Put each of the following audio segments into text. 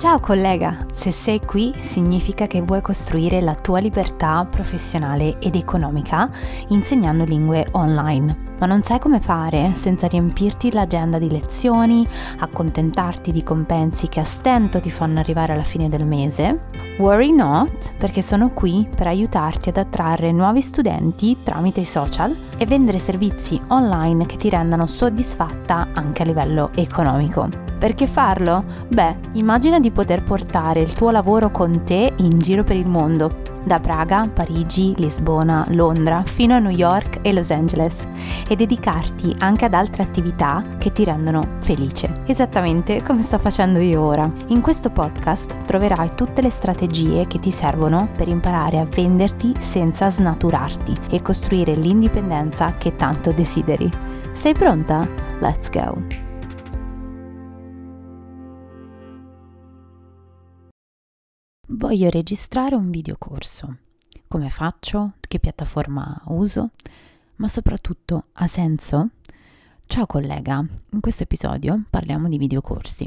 Ciao collega, se sei qui significa che vuoi costruire la tua libertà professionale ed economica insegnando lingue online. Ma non sai come fare senza riempirti l'agenda di lezioni, accontentarti di compensi che a stento ti fanno arrivare alla fine del mese? Worry not, perché sono qui per aiutarti ad attrarre nuovi studenti tramite i social e vendere servizi online che ti rendano soddisfatta anche a livello economico. Perché farlo? Beh, immagina di poter portare il tuo lavoro con te in giro per il mondo, da Praga, Parigi, Lisbona, Londra, fino a New York e Los Angeles, e dedicarti anche ad altre attività che ti rendono felice, esattamente come sto facendo io ora. In questo podcast troverai tutte le strategie che ti servono per imparare a venderti senza snaturarti e costruire l'indipendenza che tanto desideri. Sei pronta? Let's go! Voglio registrare un videocorso. Come faccio? Che piattaforma uso? Ma soprattutto, ha senso? Ciao collega, in questo episodio parliamo di videocorsi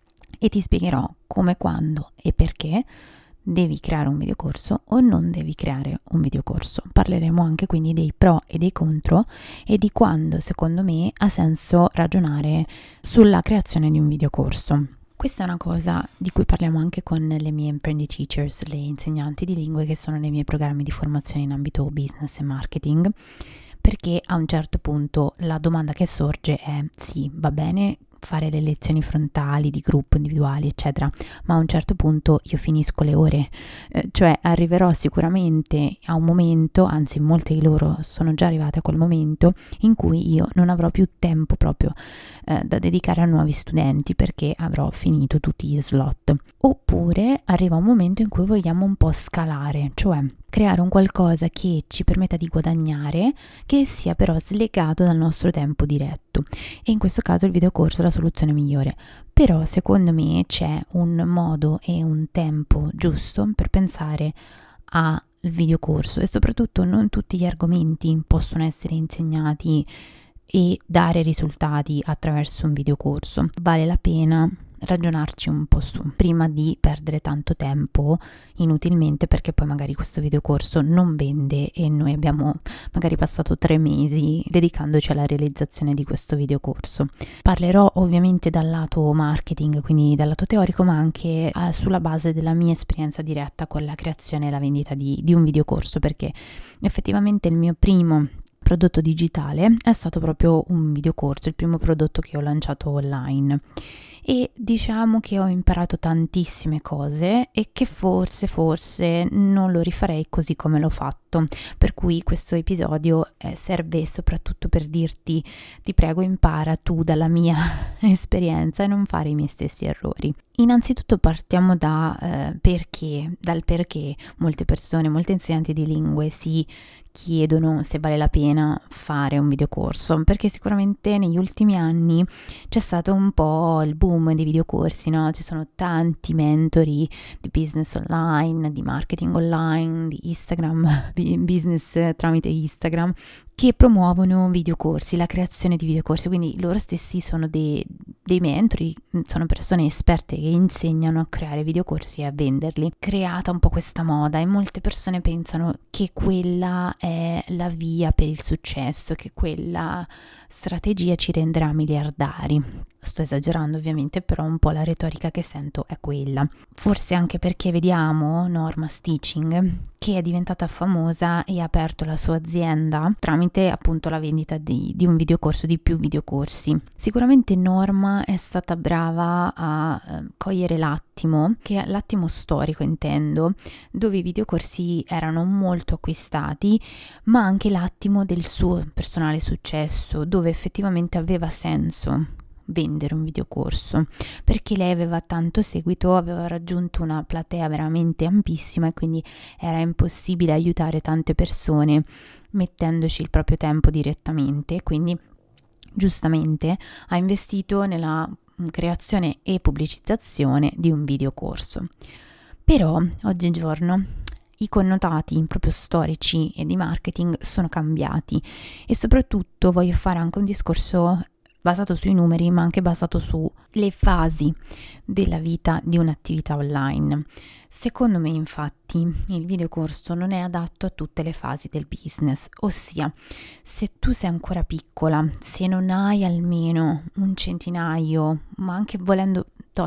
e ti spiegherò come, quando e perché devi creare un videocorso o non devi creare un videocorso. Parleremo anche quindi dei pro e dei contro e di quando, secondo me, ha senso ragionare sulla creazione di un videocorso. Questa è una cosa di cui parliamo anche con le mie apprentice teachers, le insegnanti di lingue che sono nei miei programmi di formazione in ambito business e marketing, perché a un certo punto la domanda che sorge è: sì, va bene fare le lezioni frontali di gruppo, individuali, eccetera, ma a un certo punto io finisco le ore, cioè arriverò sicuramente a un momento, anzi molte di loro sono già arrivate a quel momento, in cui io non avrò più tempo proprio da dedicare a nuovi studenti perché avrò finito tutti gli slot. Oppure arriva un momento in cui vogliamo un po' scalare, cioè creare un qualcosa che ci permetta di guadagnare, che sia però slegato dal nostro tempo diretto, e in questo caso il videocorso è la soluzione migliore. Però secondo me c'è un modo e un tempo giusto per pensare al videocorso e soprattutto non tutti gli argomenti possono essere insegnati e dare risultati attraverso un videocorso. Vale la pena ragionarci un po' su prima di perdere tanto tempo inutilmente, perché poi magari questo videocorso non vende e noi abbiamo magari passato 3 mesi dedicandoci alla realizzazione di questo videocorso. Parlerò ovviamente dal lato marketing, quindi dal lato teorico, ma anche sulla base della mia esperienza diretta con la creazione e la vendita di un videocorso, perché effettivamente il mio primo prodotto digitale è stato proprio un videocorso, il primo prodotto che ho lanciato online, e diciamo che ho imparato tantissime cose e che forse non lo rifarei così come l'ho fatto, per cui questo episodio serve soprattutto per dirti: ti prego, impara tu dalla mia esperienza e non fare i miei stessi errori. Innanzitutto partiamo dal perché molte persone, molte insegnanti di lingue si chiedono se vale la pena fare un videocorso, perché sicuramente negli ultimi anni c'è stato un po' il boom dei videocorsi, no? Ci sono tanti mentori di business online, di marketing online, di Instagram, business tramite Instagram, che promuovono videocorsi, la creazione di videocorsi, quindi loro stessi sono dei mentori, sono persone esperte che insegnano a creare videocorsi e a venderli. Creata un po' questa moda e molte persone pensano che quella è la via per il successo, che quella strategia ci renderà miliardari. Sto esagerando ovviamente, però un po' la retorica che sento è quella. Forse anche perché vediamo Norma Stitching, che è diventata famosa e ha aperto la sua azienda tramite appunto la vendita di un videocorso, di più videocorsi. Sicuramente Norma è stata brava a cogliere l'attimo storico, intendo, dove i videocorsi erano molto acquistati, ma anche l'attimo del suo personale successo, dove effettivamente aveva senso vendere un videocorso, perché lei aveva tanto seguito, aveva raggiunto una platea veramente ampissima e quindi era impossibile aiutare tante persone mettendoci il proprio tempo direttamente, quindi giustamente ha investito nella creazione e pubblicizzazione di un videocorso. Però oggigiorno i connotati proprio storici e di marketing sono cambiati e soprattutto voglio fare anche un discorso basato sui numeri, ma anche basato sulle fasi della vita di un'attività online. Secondo me, infatti, il videocorso non è adatto a tutte le fasi del business, ossia, se tu sei ancora piccola, se non hai almeno un centinaio, ma anche volendo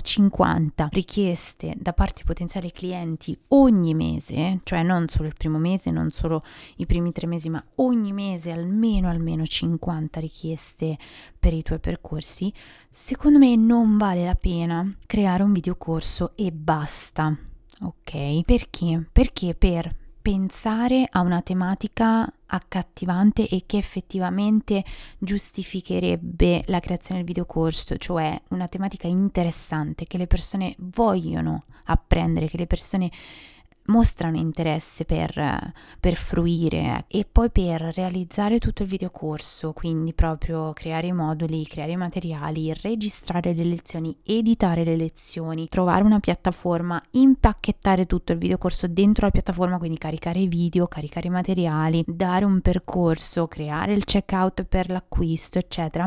50 richieste da parte di potenziali clienti ogni mese, cioè non solo il primo mese, non solo i primi 3 mesi, ma ogni mese almeno 50 richieste per i tuoi percorsi, secondo me non vale la pena creare un videocorso e basta. Ok? Perché? Perché per pensare a una tematica accattivante e che effettivamente giustificherebbe la creazione del videocorso, cioè una tematica interessante che le persone vogliono apprendere, che le persone mostrano interesse per fruire, e poi per realizzare tutto il videocorso, quindi proprio creare i moduli, creare i materiali, registrare le lezioni, editare le lezioni, trovare una piattaforma, impacchettare tutto il videocorso dentro la piattaforma, quindi caricare i video, caricare i materiali, dare un percorso, creare il checkout per l'acquisto, eccetera.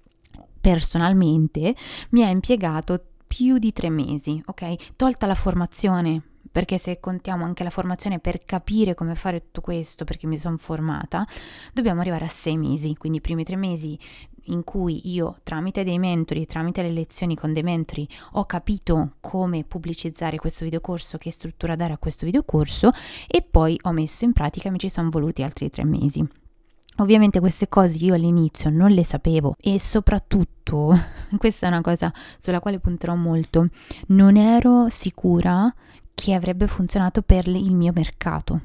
Personalmente mi ha impiegato più di 3 mesi, ok? Tolta la formazione, perché se contiamo anche la formazione per capire come fare tutto questo, perché mi sono formata, dobbiamo arrivare a 6 mesi, quindi i primi 3 mesi in cui io tramite dei mentori, tramite le lezioni con dei mentori, ho capito come pubblicizzare questo videocorso, che struttura dare a questo videocorso, e poi ho messo in pratica, mi ci sono voluti altri 3 mesi. Ovviamente queste cose io all'inizio non le sapevo, e soprattutto, questa è una cosa sulla quale punterò molto, non ero sicura che avrebbe funzionato per il mio mercato.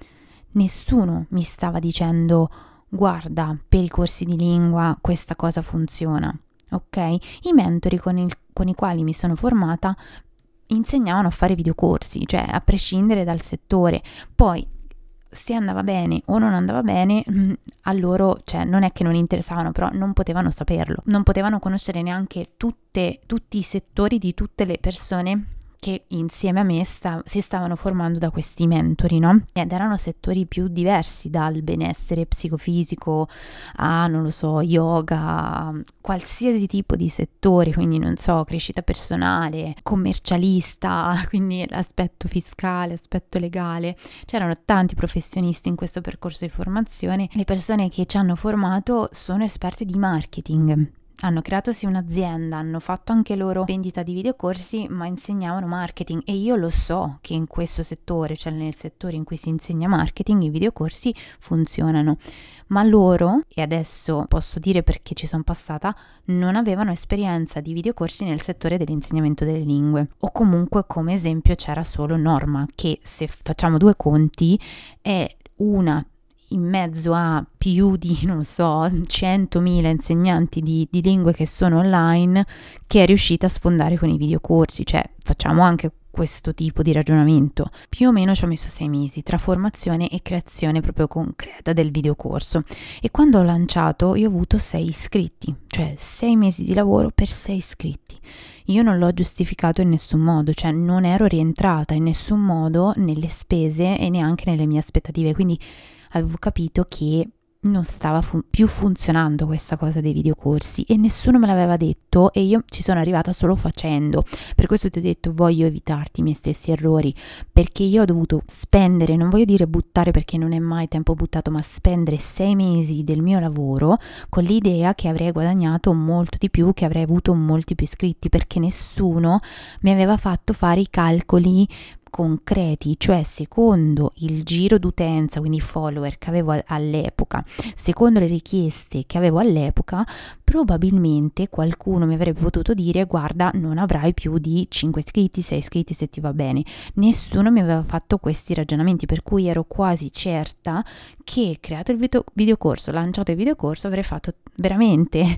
Nessuno mi stava dicendo: guarda, per i corsi di lingua questa cosa funziona, ok? I mentori con i quali mi sono formata insegnavano a fare videocorsi, cioè a prescindere dal settore. Poi se andava bene o non andava bene, a loro, cioè, non è che non interessavano, però non potevano saperlo, non potevano conoscere neanche tutti i settori di tutte le persone che insieme a me si stavano formando da questi mentori, no? Ed erano settori più diversi, dal benessere psicofisico a, non lo so, yoga, qualsiasi tipo di settore, quindi non so, crescita personale, commercialista, quindi l'aspetto fiscale, aspetto legale. C'erano tanti professionisti in questo percorso di formazione. Le persone che ci hanno formato sono esperte di marketing. Hanno creato sì un'azienda, hanno fatto anche loro vendita di videocorsi, ma insegnavano marketing, e io lo so che in questo settore, cioè nel settore in cui si insegna marketing, i videocorsi funzionano, ma loro, e adesso posso dire perché ci sono passata, non avevano esperienza di videocorsi nel settore dell'insegnamento delle lingue, o comunque come esempio c'era solo Norma, che se facciamo 2 conti è una in mezzo a più di, non so, 100.000 insegnanti di lingue che sono online, che è riuscita a sfondare con i videocorsi. Cioè, facciamo anche questo tipo di ragionamento. Più o meno ci ho messo 6 mesi tra formazione e creazione proprio concreta del videocorso, e quando ho lanciato io ho avuto 6 iscritti, cioè 6 mesi di lavoro per 6 iscritti. Io non l'ho giustificato in nessun modo, cioè non ero rientrata in nessun modo nelle spese e neanche nelle mie aspettative, quindi avevo capito che non stava più funzionando questa cosa dei videocorsi, e nessuno me l'aveva detto, e io ci sono arrivata solo facendo. Per questo ti ho detto, voglio evitarti i miei stessi errori, perché io ho dovuto spendere, non voglio dire buttare perché non è mai tempo buttato, ma spendere 6 mesi del mio lavoro con l'idea che avrei guadagnato molto di più, che avrei avuto molti più iscritti, perché nessuno mi aveva fatto fare i calcoli concreti, cioè secondo il giro d'utenza, quindi i follower che avevo all'epoca, secondo le richieste che avevo all'epoca, probabilmente qualcuno mi avrebbe potuto dire: guarda, non avrai più di 5 iscritti, 6 iscritti se ti va bene. Nessuno mi aveva fatto questi ragionamenti, per cui ero quasi certa che, creato il videocorso, lanciato il videocorso, avrei fatto veramente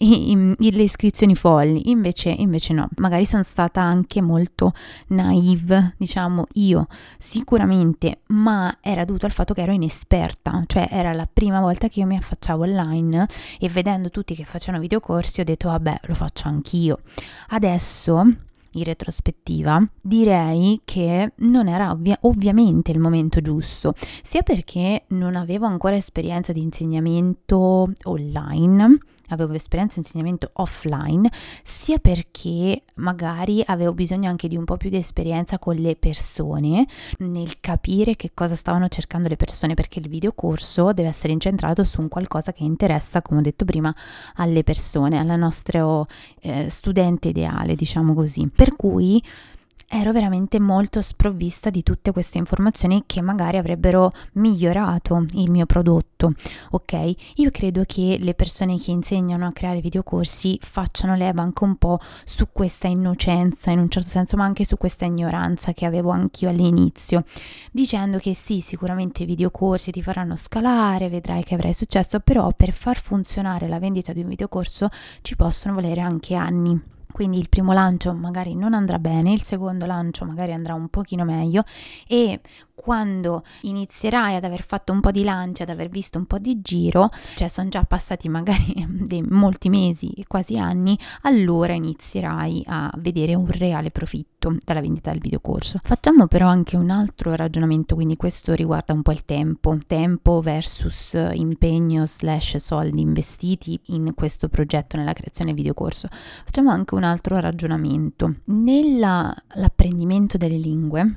le iscrizioni folli. Invece no, magari sono stata anche molto naive, diciamo io, sicuramente, ma era dovuto al fatto che ero inesperta, cioè era la prima volta che io mi affacciavo online, e vedendo tutti che facevano videocorsi ho detto vabbè, lo faccio anch'io. Adesso, in retrospettiva, direi che non era ovviamente il momento giusto, sia perché non avevo ancora esperienza di insegnamento online, avevo esperienza in insegnamento offline, sia perché magari avevo bisogno anche di un po' più di esperienza con le persone, nel capire che cosa stavano cercando le persone, perché il videocorso deve essere incentrato su un qualcosa che interessa, come ho detto prima, alle persone, alla nostra studente ideale, diciamo così. Per cui ero veramente molto sprovvista di tutte queste informazioni che magari avrebbero migliorato il mio prodotto, ok? Io credo che le persone che insegnano a creare videocorsi facciano leva anche un po' su questa innocenza, in un certo senso, ma anche su questa ignoranza che avevo anch'io all'inizio, dicendo che sì, sicuramente i videocorsi ti faranno scalare, vedrai che avrai successo, però per far funzionare la vendita di un videocorso ci possono volere anche anni. Quindi il primo lancio magari non andrà bene, il secondo lancio magari andrà un pochino meglio, e quando inizierai ad aver fatto un po' di lanci, ad aver visto un po' di giro, cioè sono già passati magari molti mesi, quasi anni, allora inizierai a vedere un reale profitto dalla vendita del videocorso. Facciamo però anche un altro ragionamento, quindi questo riguarda un po' il tempo versus impegno / soldi investiti in questo progetto, nella creazione del videocorso. Facciamo anche un altro ragionamento. Nell'apprendimento delle lingue,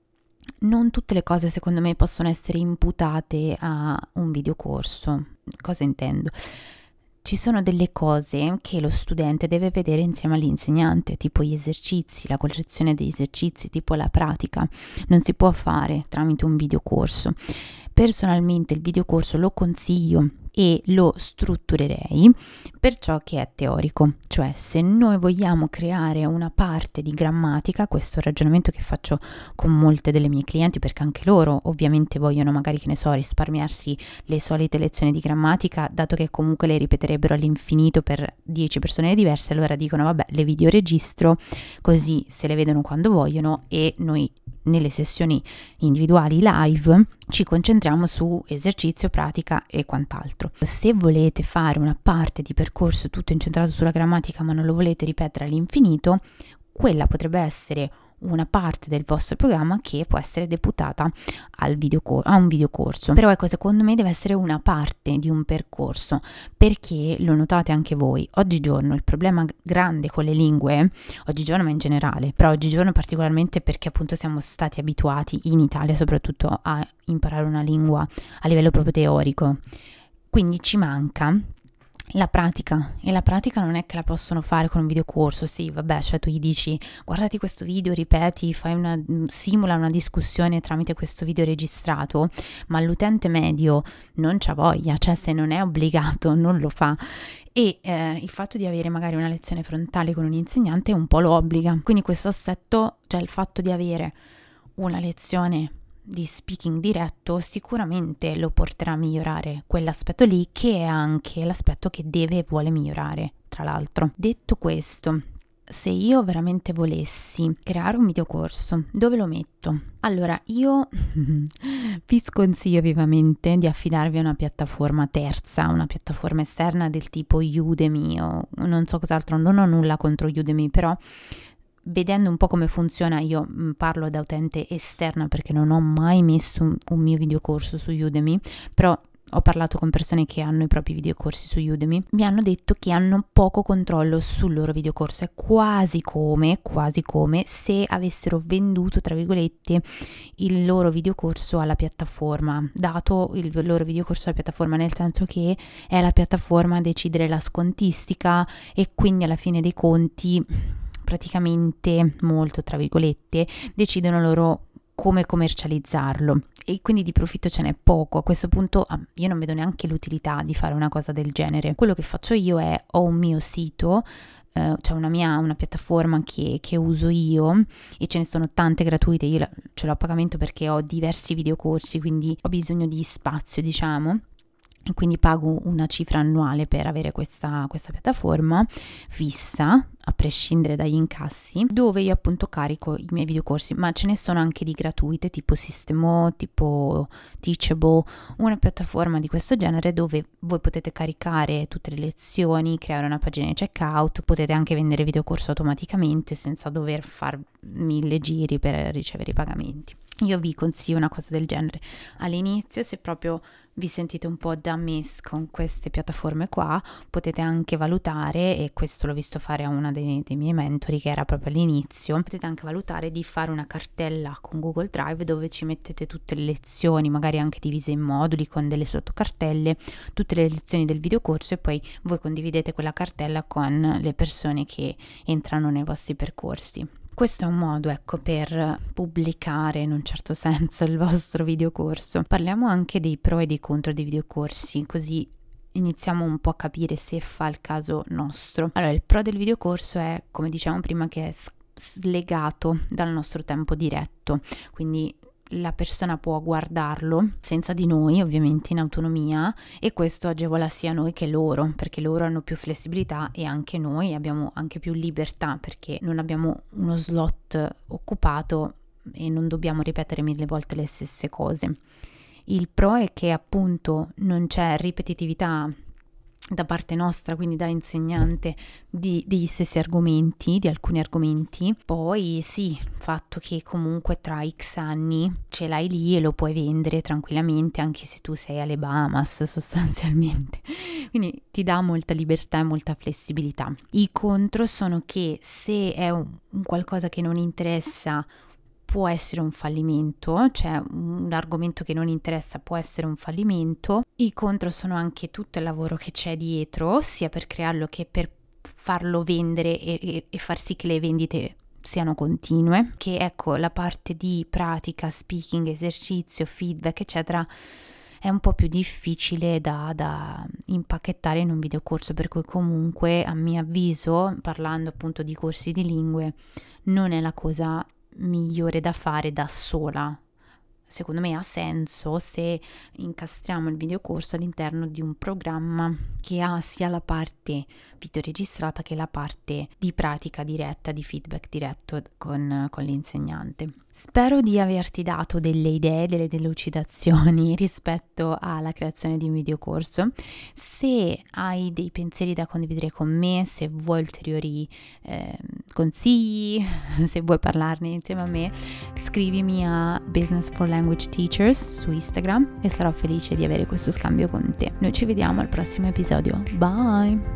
non tutte le cose secondo me possono essere imputate a un videocorso. Cosa intendo? Ci sono delle cose che lo studente deve vedere insieme all'insegnante, tipo gli esercizi, la correzione degli esercizi, tipo la pratica. Non si può fare tramite un videocorso. Personalmente il videocorso lo consiglio e lo strutturerei per ciò che è teorico, cioè se noi vogliamo creare una parte di grammatica, questo è il ragionamento che faccio con molte delle mie clienti, perché anche loro ovviamente vogliono magari, che ne so, risparmiarsi le solite lezioni di grammatica, dato che comunque le ripeterebbero all'infinito per 10 persone diverse, allora dicono vabbè, le videoregistro così se le vedono quando vogliono e noi nelle sessioni individuali live ci concentriamo su esercizio, pratica e quant'altro. Se volete fare una parte di percorso tutto incentrato sulla grammatica ma non lo volete ripetere all'infinito, quella potrebbe essere una parte del vostro programma che può essere deputata a un videocorso. Però ecco, secondo me deve essere una parte di un percorso, perché lo notate anche voi, oggigiorno il problema grande con le lingue, oggigiorno ma in generale, però oggigiorno particolarmente perché appunto siamo stati abituati in Italia soprattutto a imparare una lingua a livello proprio teorico, quindi ci manca la pratica, e la pratica non è che la possono fare con un videocorso. Sì, vabbè, cioè tu gli dici guardati questo video, ripeti, simula una discussione tramite questo video registrato, ma l'utente medio non c'ha voglia, cioè se non è obbligato non lo fa. E il fatto di avere magari una lezione frontale con un insegnante un po' lo obbliga, quindi questo assetto, cioè il fatto di avere una lezione di speaking diretto sicuramente lo porterà a migliorare quell'aspetto lì, che è anche l'aspetto che deve e vuole migliorare, tra l'altro. Detto questo, se io veramente volessi creare un videocorso, dove lo metto? Allora, io vi sconsiglio vivamente di affidarvi a una piattaforma terza, una piattaforma esterna del tipo Udemy o non so cos'altro. Non ho nulla contro Udemy, però vedendo un po' come funziona, io parlo da utente esterna perché non ho mai messo un mio videocorso su Udemy, però ho parlato con persone che hanno i propri videocorsi su Udemy, mi hanno detto che hanno poco controllo sul loro videocorso, è quasi come se avessero venduto, tra virgolette, il loro videocorso alla piattaforma, dato il loro videocorso alla piattaforma, nel senso che è la piattaforma a decidere la scontistica e quindi alla fine dei conti praticamente, molto tra virgolette, decidono loro come commercializzarlo e quindi di profitto ce n'è poco. A questo punto io non vedo neanche l'utilità di fare una cosa del genere. Quello che faccio io è ho un mio sito, cioè una piattaforma che uso io, e ce ne sono tante gratuite, io ce l'ho a pagamento perché ho diversi videocorsi, quindi ho bisogno di spazio, diciamo, e quindi pago una cifra annuale per avere questa piattaforma fissa, a prescindere dagli incassi, dove io appunto carico i miei videocorsi, ma ce ne sono anche di gratuite, tipo Systemo, tipo Teachable, una piattaforma di questo genere dove voi potete caricare tutte le lezioni, creare una pagina di checkout, potete anche vendere videocorso automaticamente senza dover far 1000 giri per ricevere i pagamenti. Io vi consiglio una cosa del genere all'inizio, se proprio vi sentite un po' da miss con queste piattaforme qua, potete anche valutare, e questo l'ho visto fare a una dei miei mentori che era proprio all'inizio, potete anche valutare di fare una cartella con Google Drive dove ci mettete tutte le lezioni, magari anche divise in moduli con delle sottocartelle, tutte le lezioni del videocorso, e poi voi condividete quella cartella con le persone che entrano nei vostri percorsi. Questo è un modo, ecco, per pubblicare in un certo senso il vostro videocorso. Parliamo anche dei pro e dei contro dei videocorsi, così iniziamo un po' a capire se fa il caso nostro. Allora, il pro del videocorso è, come dicevamo prima, che è slegato dal nostro tempo diretto, quindi la persona può guardarlo senza di noi, ovviamente in autonomia, e questo agevola sia noi che loro, perché loro hanno più flessibilità e anche noi abbiamo anche più libertà, perché non abbiamo uno slot occupato e non dobbiamo ripetere 1000 volte le stesse cose. Il pro è che appunto non c'è ripetitività da parte nostra, quindi da insegnante, degli stessi argomenti, di alcuni argomenti. Poi sì, il fatto che comunque tra X anni ce l'hai lì e lo puoi vendere tranquillamente anche se tu sei alle Bahamas sostanzialmente, quindi ti dà molta libertà e molta flessibilità. I contro sono che se è un qualcosa che non interessa può essere un fallimento, cioè un argomento che non interessa può essere un fallimento. I contro sono anche tutto il lavoro che c'è dietro, sia per crearlo che per farlo vendere e far sì che le vendite siano continue, che ecco la parte di pratica, speaking, esercizio, feedback eccetera è un po' più difficile da impacchettare in un videocorso, per cui comunque a mio avviso, parlando appunto di corsi di lingue, non è la cosa migliore da fare da sola. Secondo me ha senso se incastriamo il videocorso all'interno di un programma che ha sia la parte videoregistrata che la parte di pratica diretta, di feedback diretto con l'insegnante. Spero di averti dato delle idee, delle delucidazioni rispetto alla creazione di un videocorso. Se hai dei pensieri da condividere con me, se vuoi ulteriori consigli, se vuoi parlarne insieme a me, scrivimi a Business for Language Teachers su Instagram e sarò felice di avere questo scambio con te. Noi ci vediamo al prossimo episodio. Bye!